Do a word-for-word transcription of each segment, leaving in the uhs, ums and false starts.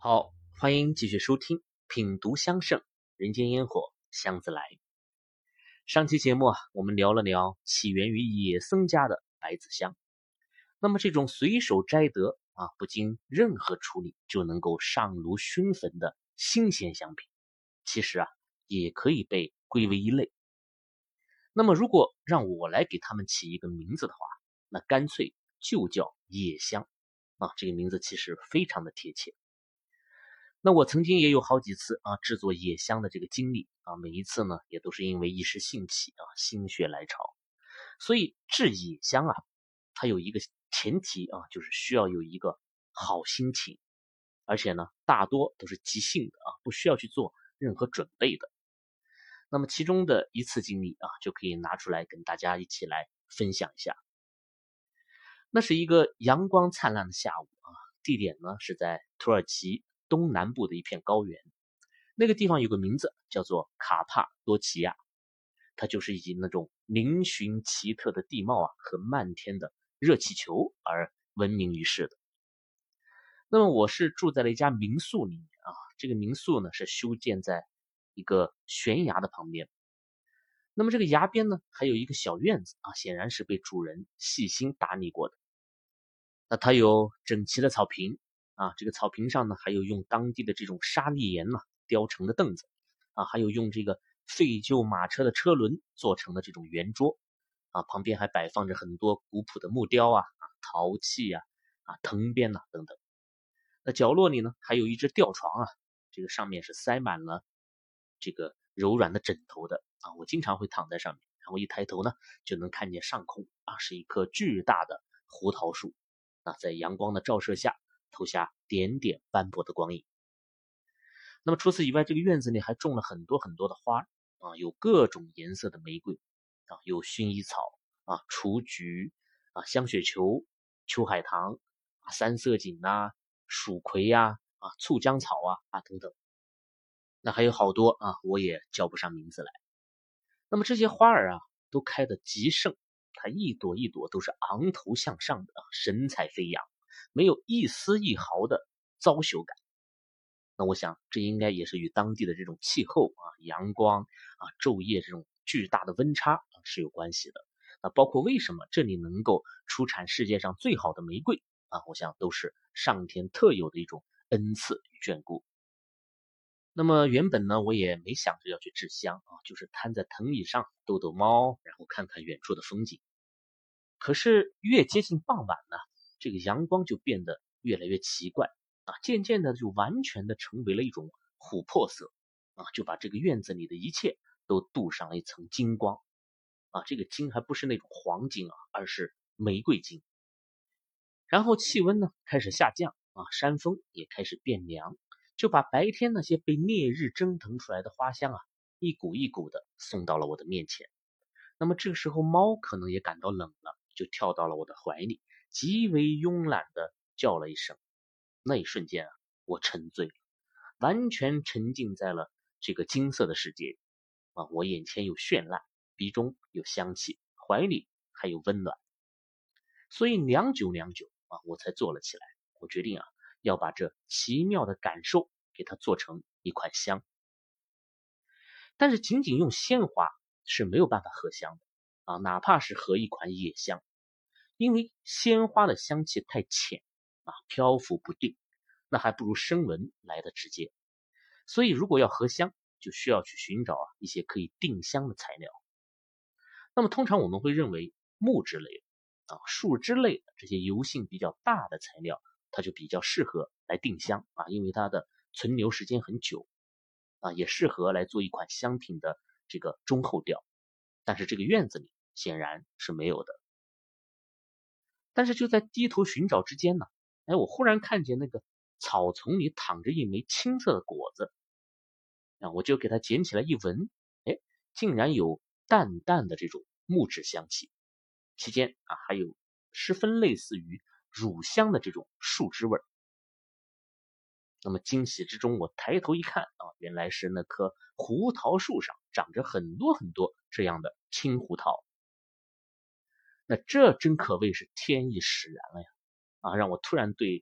好，欢迎继续收听品读香盛人间烟火香自来。上期节目啊，我们聊了聊起源于野僧家的百子香。那么这种随手摘得啊，不经任何处理就能够上炉熏焚的新鲜香品，其实啊，也可以被归为一类。那么如果让我来给他们起一个名字的话，那干脆就叫野香啊，这个名字其实非常的贴切。那我曾经也有好几次啊制作野香的这个经历啊，每一次呢也都是因为一时兴起啊，心血来潮。所以制野香啊，它有一个前提啊，就是需要有一个好心情，而且呢大多都是即兴的啊，不需要去做任何准备的。那么其中的一次经历啊，就可以拿出来跟大家一起来分享一下。那是一个阳光灿烂的下午啊，地点呢是在土耳其东南部的一片高原，那个地方有个名字叫做卡帕多奇亚，它就是以那种嶙峋奇特的地貌啊和漫天的热气球而闻名于世的。那么我是住在了一家民宿里面啊，这个民宿呢是修建在一个悬崖的旁边。那么这个崖边呢还有一个小院子啊，显然是被主人细心打理过的。那它有整齐的草坪啊，这个草坪上呢还有用当地的这种沙砾岩呢雕成的凳子啊，还有用这个废旧马车的车轮做成的这种圆桌啊，旁边还摆放着很多古朴的木雕啊、啊陶器啊、啊藤编呐、啊、等等。那角落里呢还有一只吊床啊，这个上面是塞满了这个柔软的枕头的啊，我经常会躺在上面，然后一抬头呢就能看见上空啊是一棵巨大的胡桃树。那在阳光的照射下，投下点点斑驳的光影。那么除此以外，这个院子里还种了很多很多的花啊，有各种颜色的玫瑰啊，有薰衣草啊、雏菊啊、香雪球、秋海棠啊、三色堇呐、蜀葵呀、啊、醋浆草啊啊等等。那还有好多啊，我也叫不上名字来。那么这些花儿啊，都开得极盛。它一朵一朵都是昂头向上的，神采飞扬，没有一丝一毫的糟朽感。那我想这应该也是与当地的这种气候啊、阳光啊、昼夜这种巨大的温差啊是有关系的。那包括为什么这里能够出产世界上最好的玫瑰啊，我想都是上天特有的一种恩赐与眷顾。那么原本呢，我也没想着要去制香啊，就是瘫在藤椅上逗逗猫，然后看看远处的风景。可是越接近傍晚呢，这个阳光就变得越来越奇怪啊，渐渐的就完全的成为了一种琥珀色啊，就把这个院子里的一切都镀上了一层金光啊，这个金还不是那种黄金啊，而是玫瑰金。然后气温呢开始下降啊，山风也开始变凉，就把白天那些被烈日蒸腾出来的花香啊，一股一股的送到了我的面前。那么这个时候猫可能也感到冷了，就跳到了我的怀里，极为慵懒的叫了一声。那一瞬间啊，我沉醉了，完全沉浸在了这个金色的世界里啊，我眼前有绚烂，鼻中有香气，怀里还有温暖。所以良久良久啊，我才坐了起来。我决定啊，要把这奇妙的感受给它做成一款香。但是仅仅用鲜花是没有办法合香的啊，哪怕是合一款野香，因为鲜花的香气太浅啊，漂浮不定，那还不如生闻来的直接。所以如果要合香，就需要去寻找啊一些可以定香的材料。那么通常我们会认为木质类啊、树枝类的这些油性比较大的材料，它就比较适合来定香啊，因为它的存留时间很久啊，也适合来做一款香品的这个中后调。但是这个院子里显然是没有的。但是就在低头寻找之间呢，哎，我忽然看见那个草丛里躺着一枚青色的果子，啊，我就给它捡起来一闻，哎，竟然有淡淡的这种木质香气，期间啊还有十分类似于乳香的这种树枝味儿。那么惊喜之中，我抬头一看啊，原来是那棵胡桃树上长着很多很多这样的青胡桃。那这真可谓是天意使然了呀！啊，让我突然对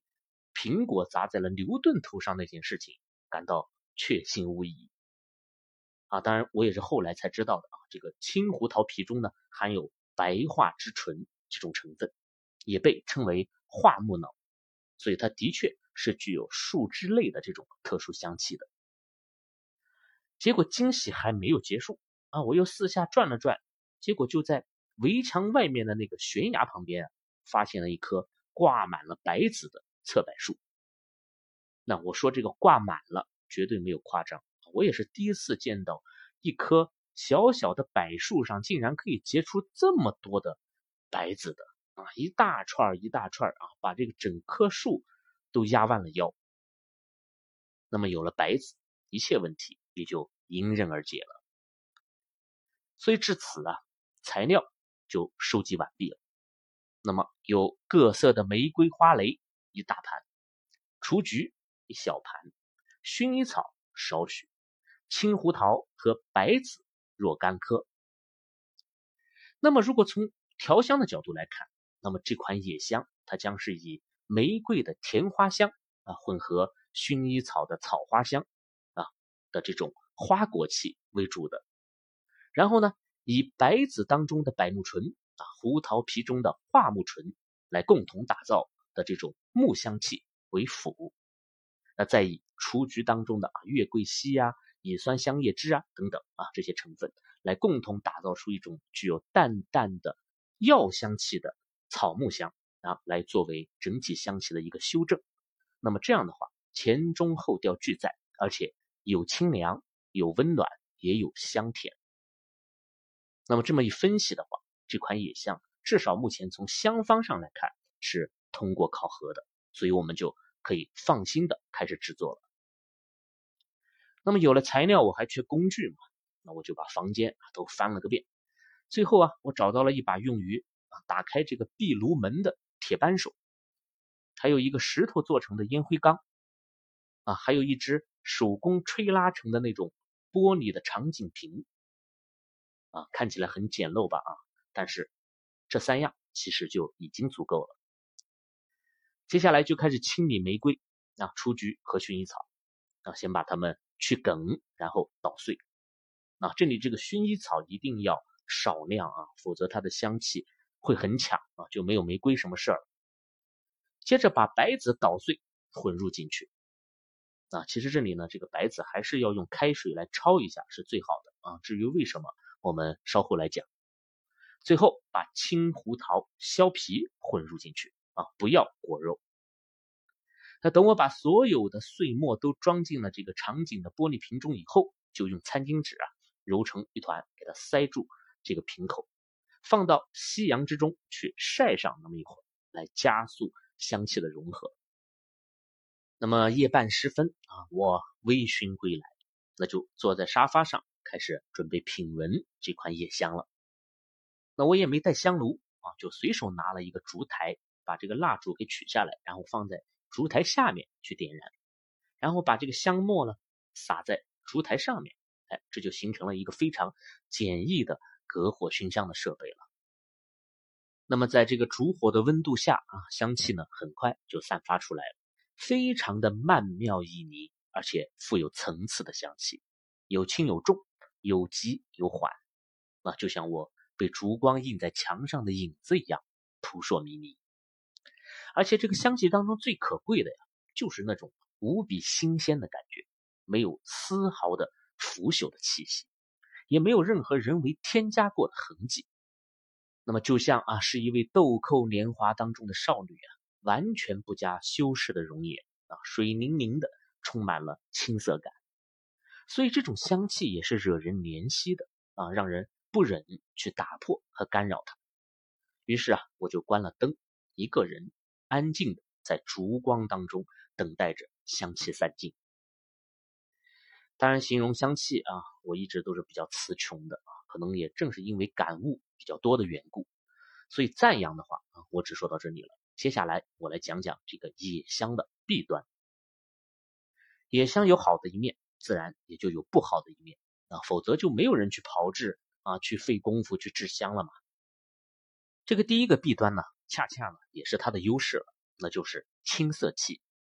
苹果砸在了牛顿头上那件事情感到确信无疑。啊，当然我也是后来才知道的啊，这个青胡桃皮中呢含有白化之醇这种成分，也被称为化木脑，所以它的确是具有树脂类的这种特殊香气的。结果惊喜还没有结束啊，我又四下转了转，结果就在围墙外面的那个悬崖旁边啊，发现了一棵挂满了白子的侧柏树。那我说这个挂满了绝对没有夸张，我也是第一次见到一棵小小的柏树上竟然可以结出这么多的白子的啊，一大串一大串啊，把这个整棵树都压弯了腰。那么有了白子，一切问题也就迎刃而解了。所以至此啊，材料就收集完毕了。那么有各色的玫瑰花蕾一大盘，雏菊一小盘，薰衣草少许，青胡桃和白子若干颗。那么如果从调香的角度来看，那么这款野香它将是以玫瑰的甜花香啊混合薰衣草的草花香啊的这种花果气为主的，然后呢以白子当中的百木醇啊胡桃皮中的化木醇来共同打造的这种木香气为辅，那再以雏菊当中的啊月桂烯啊乙酸香叶脂啊等等啊这些成分来共同打造出一种具有淡淡的药香气的草木香啊，来作为整体香气的一个修正。那么这样的话，前中后调俱在，而且有清凉，有温暖，也有香甜。那么这么一分析的话，这款野香至少目前从香方上来看是通过考核的，所以我们就可以放心的开始制作了。那么有了材料，我还缺工具嘛？那我就把房间都翻了个遍。最后啊，我找到了一把用于啊打开这个壁炉门的铁扳手，还有一个石头做成的烟灰缸，啊，还有一只手工吹拉成的那种玻璃的长颈瓶，啊，看起来很简陋吧啊，但是这三样其实就已经足够了。接下来就开始清理玫瑰、啊雏菊和薰衣草，啊，先把它们去梗，然后捣碎。啊，这里这个薰衣草一定要少量啊，否则它的香气会很强啊，就没有玫瑰什么事儿了。接着把白子捣碎混入进去。啊，其实这里呢，这个白子还是要用开水来焯一下是最好的啊。至于为什么，我们稍后来讲。最后把青胡桃削皮混入进去啊，不要果肉。那等我把所有的碎末都装进了这个长颈的玻璃瓶中以后，就用餐巾纸啊揉成一团，给它塞住这个瓶口，放到夕阳之中去晒上那么一会儿，来加速香气的融合。那么夜半时分啊，我微醺归来，那就坐在沙发上开始准备品闻这款野香了。那我也没带香炉啊，就随手拿了一个烛台，把这个蜡烛给取下来，然后放在烛台下面去点燃，然后把这个香末呢撒在烛台上面，哎，这就形成了一个非常简易的隔火熏香的设备了。那么在这个烛火的温度下啊，香气呢很快就散发出来了，非常的曼妙旖旎，而且富有层次的香气，有轻有重，有急有缓，啊，就像我被烛光映在墙上的影子一样扑朔迷离。而且这个香气当中最可贵的呀，就是那种无比新鲜的感觉，没有丝毫的腐朽的气息，也没有任何人为添加过的痕迹。那么就像啊，是一位豆蔻年华当中的少女啊，完全不加修饰的容颜啊，水灵灵的，充满了青涩感。所以这种香气也是惹人怜惜的啊，让人不忍去打破和干扰它。于是啊，我就关了灯，一个人安静的在烛光当中等待着香气散尽。当然形容香气啊，我一直都是比较词穷的啊，可能也正是因为感悟比较多的缘故，所以赞扬的话啊，我只说到这里了。接下来我来讲讲这个野香的弊端。野香有好的一面，自然也就有不好的一面啊，否则就没有人去炮制啊，去费功夫去制香了嘛。这个第一个弊端呢，恰恰呢也是它的优势了，那就是青涩气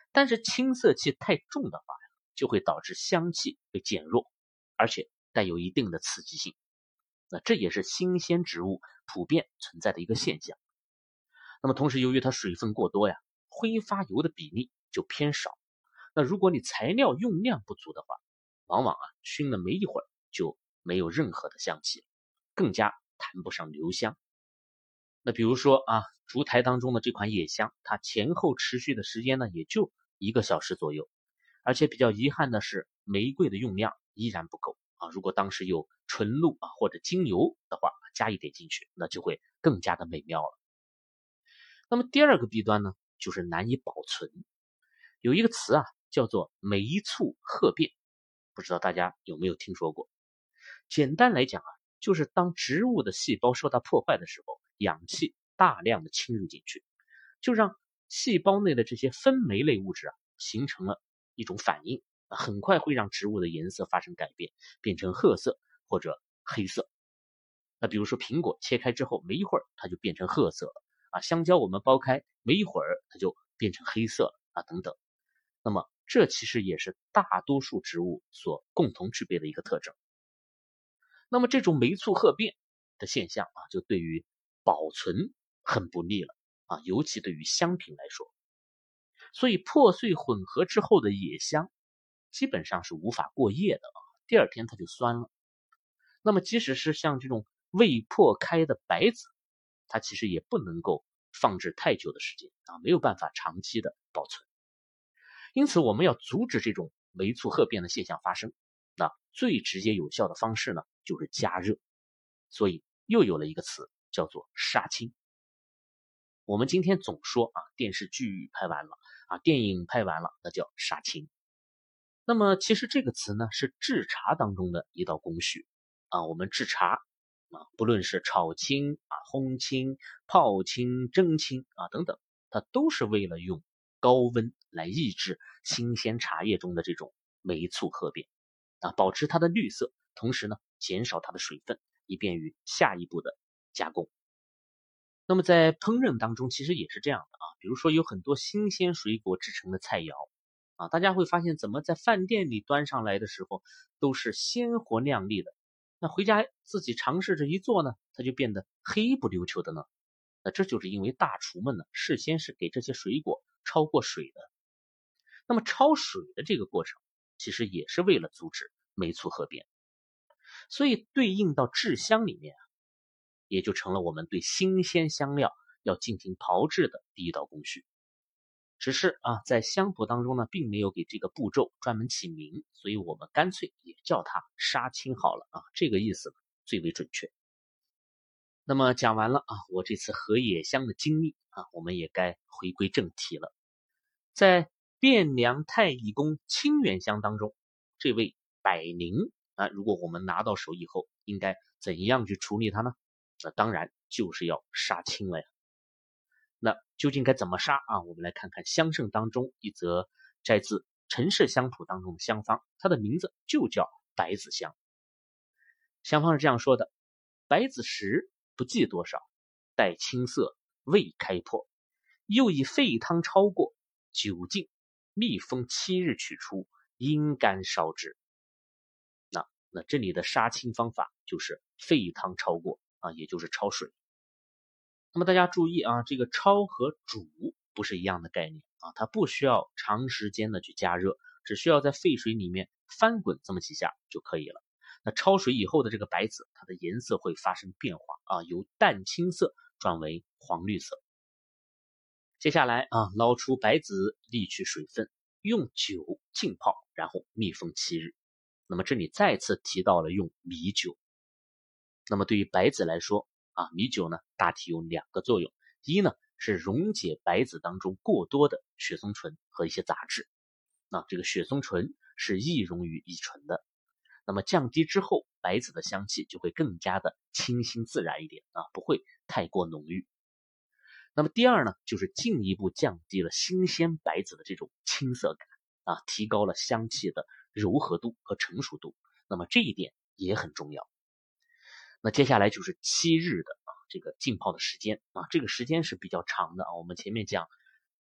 但是青色气太重的话，就会导致香气被减弱，而且带有一定的刺激性。那这也是新鲜植物普遍存在的一个现象。那么同时，由于它水分过多呀，挥发油的比例就偏少。那如果你材料用量不足的话，往往啊熏了没一会儿就没有任何的香气，更加谈不上留香。那比如说啊，烛台当中的这款野香，它前后持续的时间呢也就一个小时左右，而且比较遗憾的是，玫瑰的用量依然不够啊。如果当时有纯露啊或者精油的话，加一点进去，那就会更加的美妙了。那么第二个弊端呢，就是难以保存。有一个词啊，叫做霉促褐变，不知道大家有没有听说过？简单来讲啊，就是当植物的细胞受到破坏的时候，氧气大量的侵入进去，就让细胞内的这些分酶类物质啊，形成了一种反应，很快会让植物的颜色发生改变，变成褐色或者黑色。那比如说苹果切开之后，没一会儿它就变成褐色了啊，香蕉我们剥开，没一会儿它就变成黑色了啊，等等。那么这其实也是大多数植物所共同具备的一个特征。那么这种霉促褐变的现象啊，就对于保存很不利了啊，尤其对于香品来说。所以破碎混合之后的野香基本上是无法过夜的啊，第二天它就酸了。那么即使是像这种未破开的白子，它其实也不能够放置太久的时间啊，没有办法长期的保存。因此我们要阻止这种霉促褐变的现象发生，那最直接有效的方式呢，就是加热。所以又有了一个词叫做杀青。我们今天总说啊，电视剧拍完了啊，电影拍完了，那叫杀青。那么其实这个词呢，是制茶当中的一道工序啊。我们制茶啊，不论是炒青啊、烘青、泡青、蒸青啊等等，它都是为了用高温来抑制新鲜茶叶中的这种霉促褐变啊，保持它的绿色，同时呢，减少它的水分，以便于下一步的加工。那么在烹饪当中其实也是这样的啊，比如说有很多新鲜水果制成的菜肴啊，大家会发现怎么在饭店里端上来的时候都是鲜活亮丽的，那回家自己尝试着一做呢，它就变得黑不溜秋的呢。那这就是因为大厨们呢事先是给这些水果焯过水的。那么焯水的这个过程其实也是为了阻止霉促褐变，所以对应到制香里面啊，也就成了我们对新鲜香料要进行炮制的第一道工序。只是啊，在香谱当中呢，并没有给这个步骤专门起名，所以我们干脆也叫它杀青好了啊，这个意思最为准确。那么讲完了啊，我这次合野香的经历啊，我们也该回归正题了。在汴梁太乙宫清远香当中，这位百灵啊，如果我们拿到手以后，应该怎样去处理它呢？那当然就是要杀青了呀。那究竟该怎么杀啊？我们来看看香圣当中一则摘自陈氏香谱当中的香方，它的名字就叫白子香。香方是这样说的：白子时不计多少，待青色未开破，又以沸汤焯过，酒浸，密封七日取出，阴干烧之。那那这里的杀青方法就是沸汤焯过啊，也就是焯水。那么大家注意啊，这个焯和煮不是一样的概念啊，它不需要长时间的去加热，只需要在沸水里面翻滚这么几下就可以了。那焯水以后的这个白子，它的颜色会发生变化啊，由淡青色转为黄绿色。接下来啊，捞出白子，沥去水分，用酒浸泡，然后密封七日。那么这里再次提到了用米酒。那么对于白子来说啊，米酒呢大体有两个作用，一呢是溶解白子当中过多的雪松醇和一些杂质，那这个雪松醇是易溶于乙醇的，那么降低之后，白子的香气就会更加的清新自然一点啊，不会太过浓郁。那么第二呢，就是进一步降低了新鲜白子的这种青涩感啊，提高了香气的柔和度和成熟度，那么这一点也很重要。那接下来就是七日的啊这个浸泡的时间啊，这个时间是比较长的啊。我们前面讲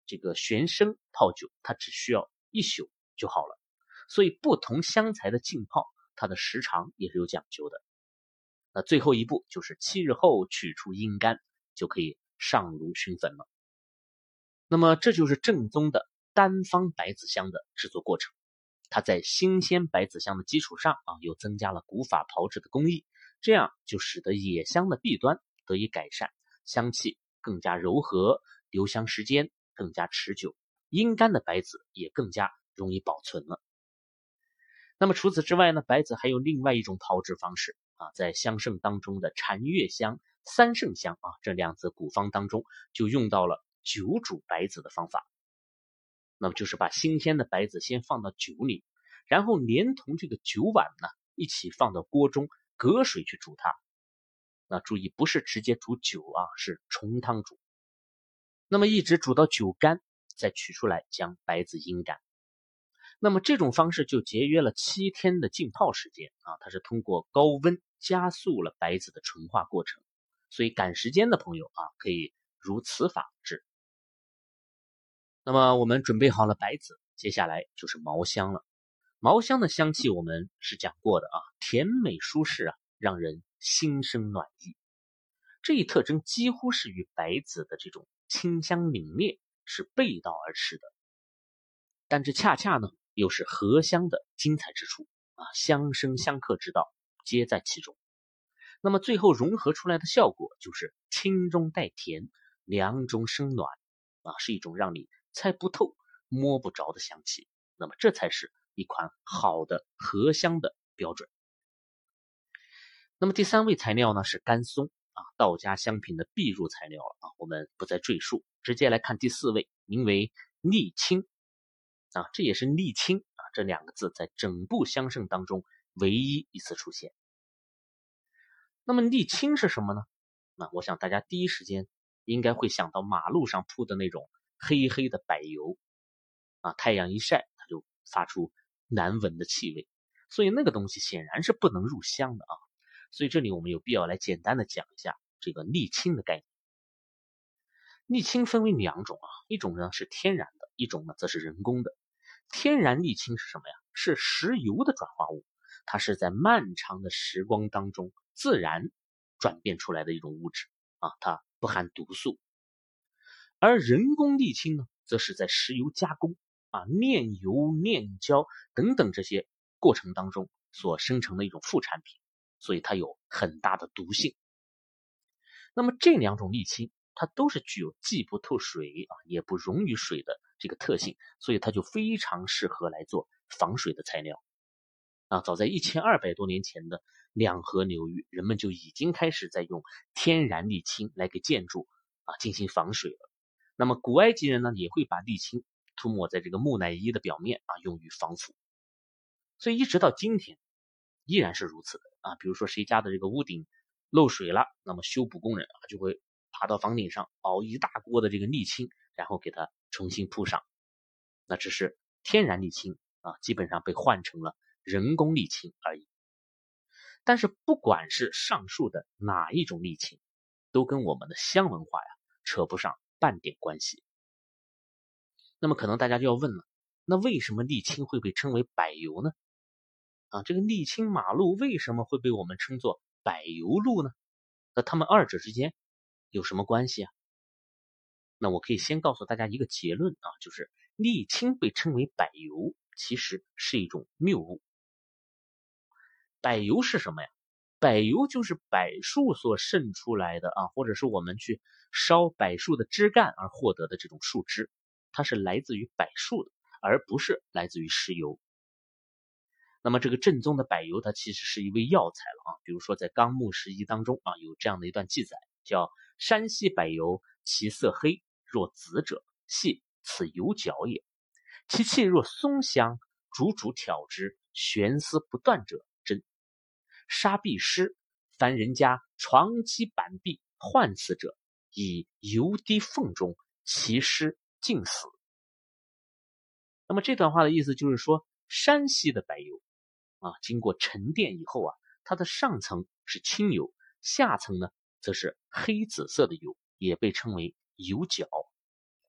这个玄参泡酒，它只需要一宿就好了。所以不同香材的浸泡，它的时长也是有讲究的。那最后一步就是七日后取出阴干，就可以上炉熏焚了。那么这就是正宗的单方白子香的制作过程。它在新鲜白子香的基础上啊，又增加了古法炮制的工艺，这样就使得野香的弊端得以改善，香气更加柔和，留香时间更加持久，阴干的白子也更加容易保存了。那么除此之外呢，白子还有另外一种炮制方式啊，在香圣当中的禅月香、三圣香啊这两则古方当中，就用到了酒煮白子的方法。那么就是把新鲜的白子先放到酒里，然后连同这个酒碗呢一起放到锅中，隔水去煮它。那注意，不是直接煮酒啊，是冲汤煮。那么一直煮到酒干，再取出来将白子阴干。那么这种方式就节约了七天的浸泡时间啊，它是通过高温加速了白子的纯化过程，所以赶时间的朋友啊，可以如此法制。那么我们准备好了白子，接下来就是毛香了。毛香的香气我们是讲过的啊，甜美舒适啊，让人心生暖意。这一特征几乎是与白子的这种清香凛冽是背道而驰的。但这恰恰呢，又是合香的精彩之处啊，相生相克之道皆在其中。那么最后融合出来的效果就是清中带甜，凉中生暖啊，是一种让你猜不透、摸不着的香气。那么这才是一款好的合香的标准。那么第三位材料呢是甘松啊，道家香品的必入材料啊，我们不再赘述，直接来看第四位，名为沥青啊，这也是沥青啊这两个字在整部香圣当中唯一一次出现。那么沥青是什么呢？那我想大家第一时间应该会想到马路上铺的那种黑黑的柏油啊，太阳一晒它就发出难闻的气味，所以那个东西显然是不能入香的啊。所以这里我们有必要来简单的讲一下这个沥青的概念。沥青分为两种啊，一种呢是天然的，一种呢则是人工的。天然沥青是什么呀？是石油的转化物，它是在漫长的时光当中自然转变出来的一种物质啊，它不含毒素。而人工沥青呢，则是在石油加工啊、炼油、炼焦等等这些过程当中所生成的一种副产品，所以它有很大的毒性。那么这两种沥青，它都是具有既不透水啊，也不溶于水的这个特性，所以它就非常适合来做防水的材料啊。早在一千二百多年前的两河流域，人们就已经开始在用天然沥青来给建筑啊进行防水了。那么古埃及人呢，也会把沥青涂抹在这个木乃伊的表面啊，用于防腐。所以一直到今天依然是如此的啊。比如说谁家的这个屋顶漏水了，那么修补工人啊就会爬到房顶上熬一大锅的这个沥青，然后给它重新铺上。那只是天然沥青啊，基本上被换成了人工沥青而已。但是不管是上述的哪一种沥青，都跟我们的香文化呀扯不上半点关系。那么可能大家就要问了，那为什么沥青会被称为柏油呢？啊，这个沥青马路为什么会被我们称作柏油路呢？那它们二者之间有什么关系啊？那我可以先告诉大家一个结论啊，就是沥青被称为柏油，其实是一种谬误。柏油是什么呀？柏油就是柏树所渗出来的啊，或者是我们去烧柏树的枝干而获得的这种树脂，它是来自于柏树的，而不是来自于石油。那么这个正宗的柏油，它其实是一味药材了啊。比如说在《纲目拾遗》当中啊，有这样的一段记载，叫山西柏油，其色黑，若紫者，系此油角也。其气若松香，煮煮挑之，悬丝不断者真。杀必尸，凡人家床基板壁患死者，以油滴缝中，其尸尽死。那么这段话的意思就是说，山西的柏油啊，经过沉淀以后啊，它的上层是清油，下层呢则是黑紫色的油，也被称为油角。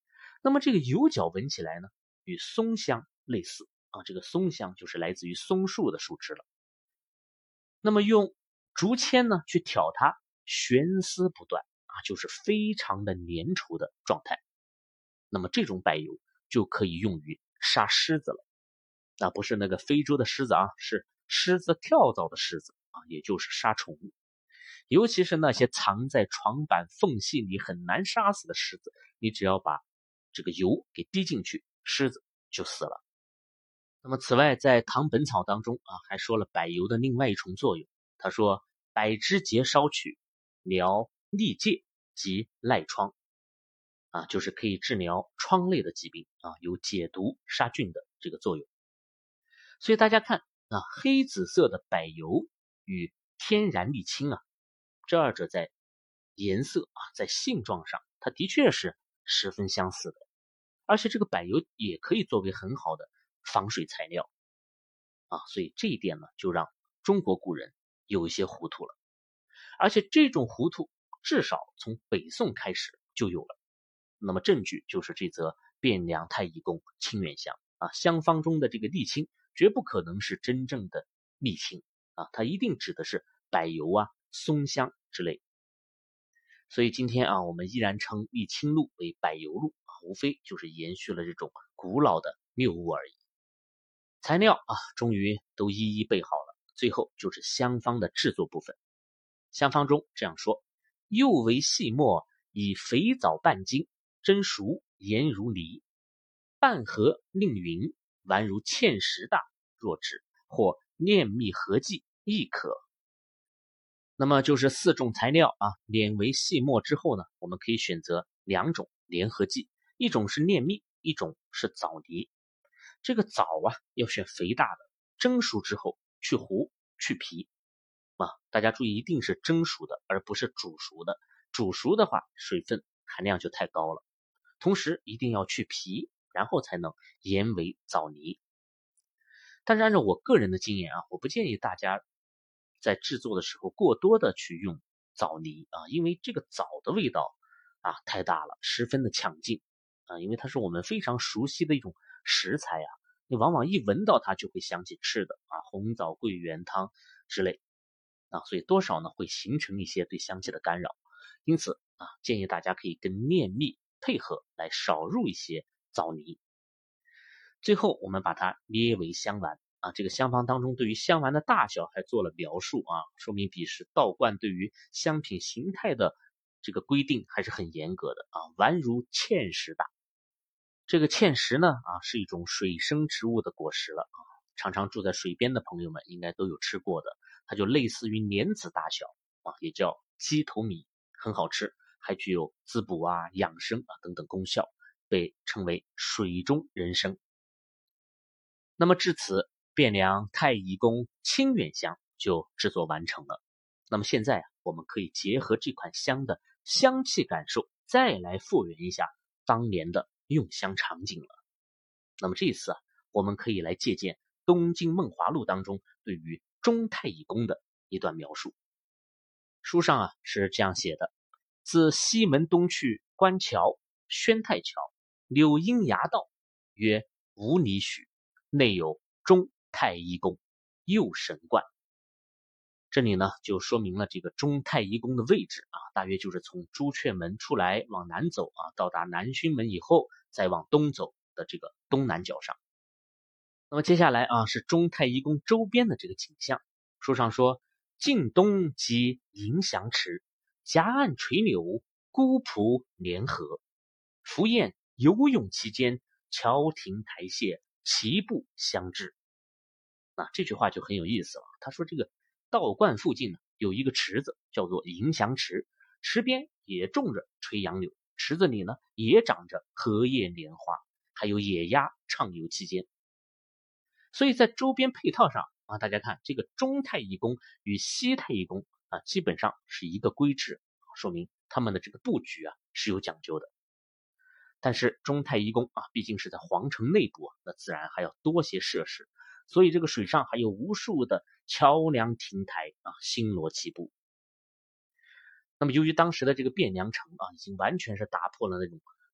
那么这个油角闻起来呢，与松香类似啊，这个松香就是来自于松树的树枝了。那么用竹签呢去挑它，悬丝不断啊，就是非常的粘稠的状态。那么这种柏油就可以用于杀狮子了。那不是那个非洲的狮子啊，是狮子跳蚤的狮子啊，也就是杀宠物。尤其是那些藏在床板缝隙里很难杀死的狮子，你只要把这个油给滴进去，狮子就死了。那么此外，在《唐本草》当中啊，还说了柏油的另外一重作用。他说，柏枝节烧取，疗痢疥及赖疮啊，就是可以治疗疮类的疾病啊，有解毒杀菌的这个作用。所以大家看啊，黑紫色的柏油与天然沥青啊，这二者在颜色啊，在性状上，它的确是十分相似的。而且这个柏油也可以作为很好的防水材料啊，所以这一点呢，就让中国古人有一些糊涂了。而且这种糊涂至少从北宋开始就有了。那么证据就是这则汴梁太乙宫清远香啊，香方中的这个沥青绝不可能是真正的沥青啊，它一定指的是柏油啊、松香之类。所以今天啊，我们依然称沥青露为柏油露啊，无非就是延续了这种古老的谬误而已。材料啊，终于都一一备好了，最后就是香方的制作部分。香方中这样说：幼为细末，以肥枣半斤，蒸熟，盐如梨，半合令匀，丸如芡实大，若止，或炼蜜合剂亦可。那么就是四种材料啊，碾为细末之后呢，我们可以选择两种联合剂，一种是炼蜜，一种是枣泥。这个枣啊要选肥大的，蒸熟之后去核去皮啊，大家注意一定是蒸熟的，而不是煮熟的。煮熟的话水分含量就太高了，同时一定要去皮，然后才能研为枣泥。但是按照我个人的经验啊，我不建议大家在制作的时候过多的去用枣泥啊，因为这个枣的味道啊太大了，十分的抢镜啊，因为它是我们非常熟悉的一种食材啊，你往往一闻到它就会想起吃的啊，红枣桂圆汤之类啊，所以多少呢会形成一些对香气的干扰，因此啊，建议大家可以跟炼蜜配合来少入一些枣泥。最后我们把它捏为香丸啊，这个香方当中对于香丸的大小还做了描述啊，说明彼时道观对于香品形态的这个规定还是很严格的啊。丸如芡实大，这个芡实呢啊是一种水生植物的果实了啊，常常住在水边的朋友们应该都有吃过的，它就类似于莲子大小啊，也叫鸡头米，很好吃，还具有滋补啊、养生啊等等功效，被称为水中人参。那么至此，汴梁太乙宫清远香就制作完成了。那么现在我们可以结合这款香的香气感受，再来复原一下当年的用香场景了。那么这一次啊，我们可以来借鉴《东京梦华录》当中对于中太乙宫的一段描述。书上啊是这样写的：自西门东去观桥、宣太桥、柳荫崖道，约五里许。内有中太乙宫、右神观。这里呢就说明了这个中太乙宫的位置啊，大约就是从朱雀门出来往南走啊，到达南薰门以后再往东走的这个东南角上。那么接下来啊是中太乙宫周边的这个景象。书上说，晋东即迎祥池，夹岸垂柳，孤蒲联合，浮燕游泳其间，桥亭台榭，齐步相至。啊，这句话就很有意思了。他说这个道观附近呢有一个池子叫做迎祥池，池边也种着垂杨柳，池子里呢也长着荷叶莲花，还有野鸭畅游其间。所以在周边配套上啊，大家看这个中太乙宫与西太乙宫啊基本上是一个规制，说明他们的这个布局啊是有讲究的。但是中太乙宫啊毕竟是在皇城内部啊，那自然还要多些设施，所以这个水上还有无数的桥梁亭台啊，星罗棋布。那么由于当时的这个汴梁城啊已经完全是打破了那种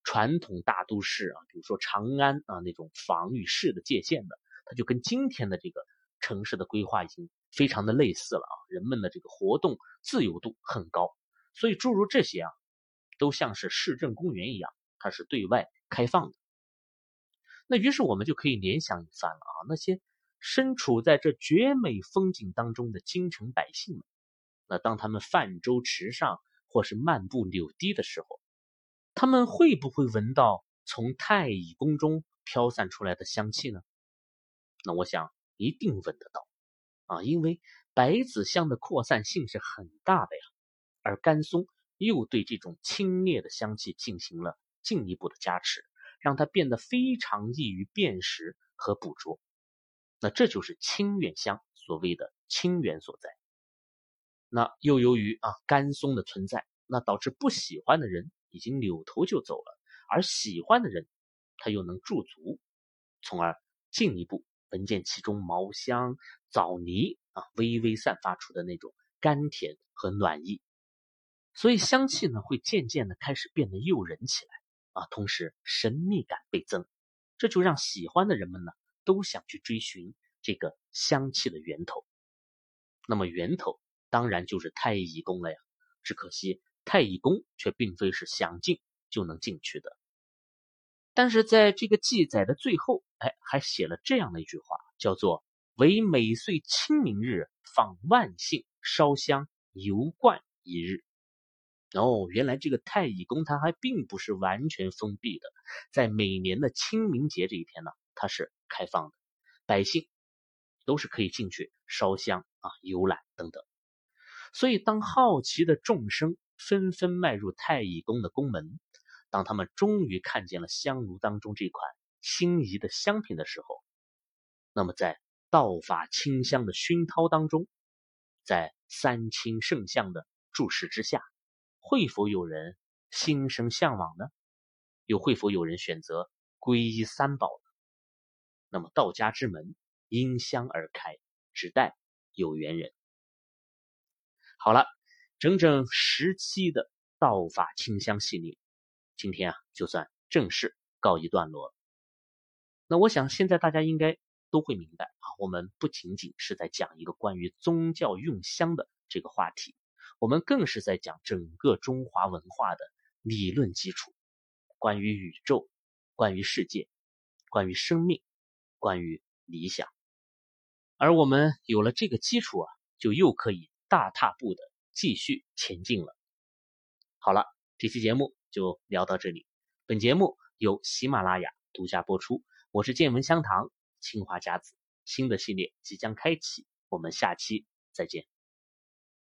传统大都市啊，比如说长安啊那种坊与市的界限的，它就跟今天的这个城市的规划已经非常的类似了啊，人们的这个活动自由度很高，所以诸如这些啊，都像是市政公园一样，它是对外开放的。那于是我们就可以联想一番了啊，那些身处在这绝美风景当中的京城百姓们，那当他们泛舟池上或是漫步柳堤的时候，他们会不会闻到从太乙宫中飘散出来的香气呢？那我想一定闻得到啊，因为百子香的扩散性是很大的呀，而甘松又对这种清冽的香气进行了进一步的加持，让它变得非常易于辨识和捕捉。那这就是清远香所谓的清源所在。那又由于啊甘松的存在，那导致不喜欢的人已经扭头就走了，而喜欢的人他又能驻足，从而进一步闻见其中茅香、枣泥啊微微散发出的那种甘甜和暖意，所以香气呢会渐渐的开始变得诱人起来啊，同时神秘感倍增，这就让喜欢的人们呢都想去追寻这个香气的源头。那么源头当然就是太乙宫了呀，只可惜太乙宫却并非是想进就能进去的。但是在这个记载的最后，哎，还写了这样的一句话，叫做唯每岁清明日，访万姓，烧香游观一日。哦，原来这个太乙宫它还并不是完全封闭的，在每年的清明节这一天呢，它是开放的，百姓都是可以进去烧香啊、游览等等。所以当好奇的众生纷纷迈入太乙宫的宫门，当他们终于看见了香炉当中这款心仪的香品的时候，那么在道法清香的熏陶当中，在三清圣相的注视之下，会否有人心生向往呢？又会否有人选择皈依三宝呢？那么道家之门因香而开，只待有缘人。好了，整整十期的道法清香系列，今天啊就算正式告一段落了。那我想现在大家应该都会明白啊，我们不仅仅是在讲一个关于宗教用香的这个话题，我们更是在讲整个中华文化的理论基础，关于宇宙，关于世界，关于生命，关于理想。而我们有了这个基础啊，就又可以大踏步的继续前进了。好了，这期节目就聊到这里。本节目由喜马拉雅独家播出，我是见闻香堂青花家子，新的系列即将开启，我们下期再见。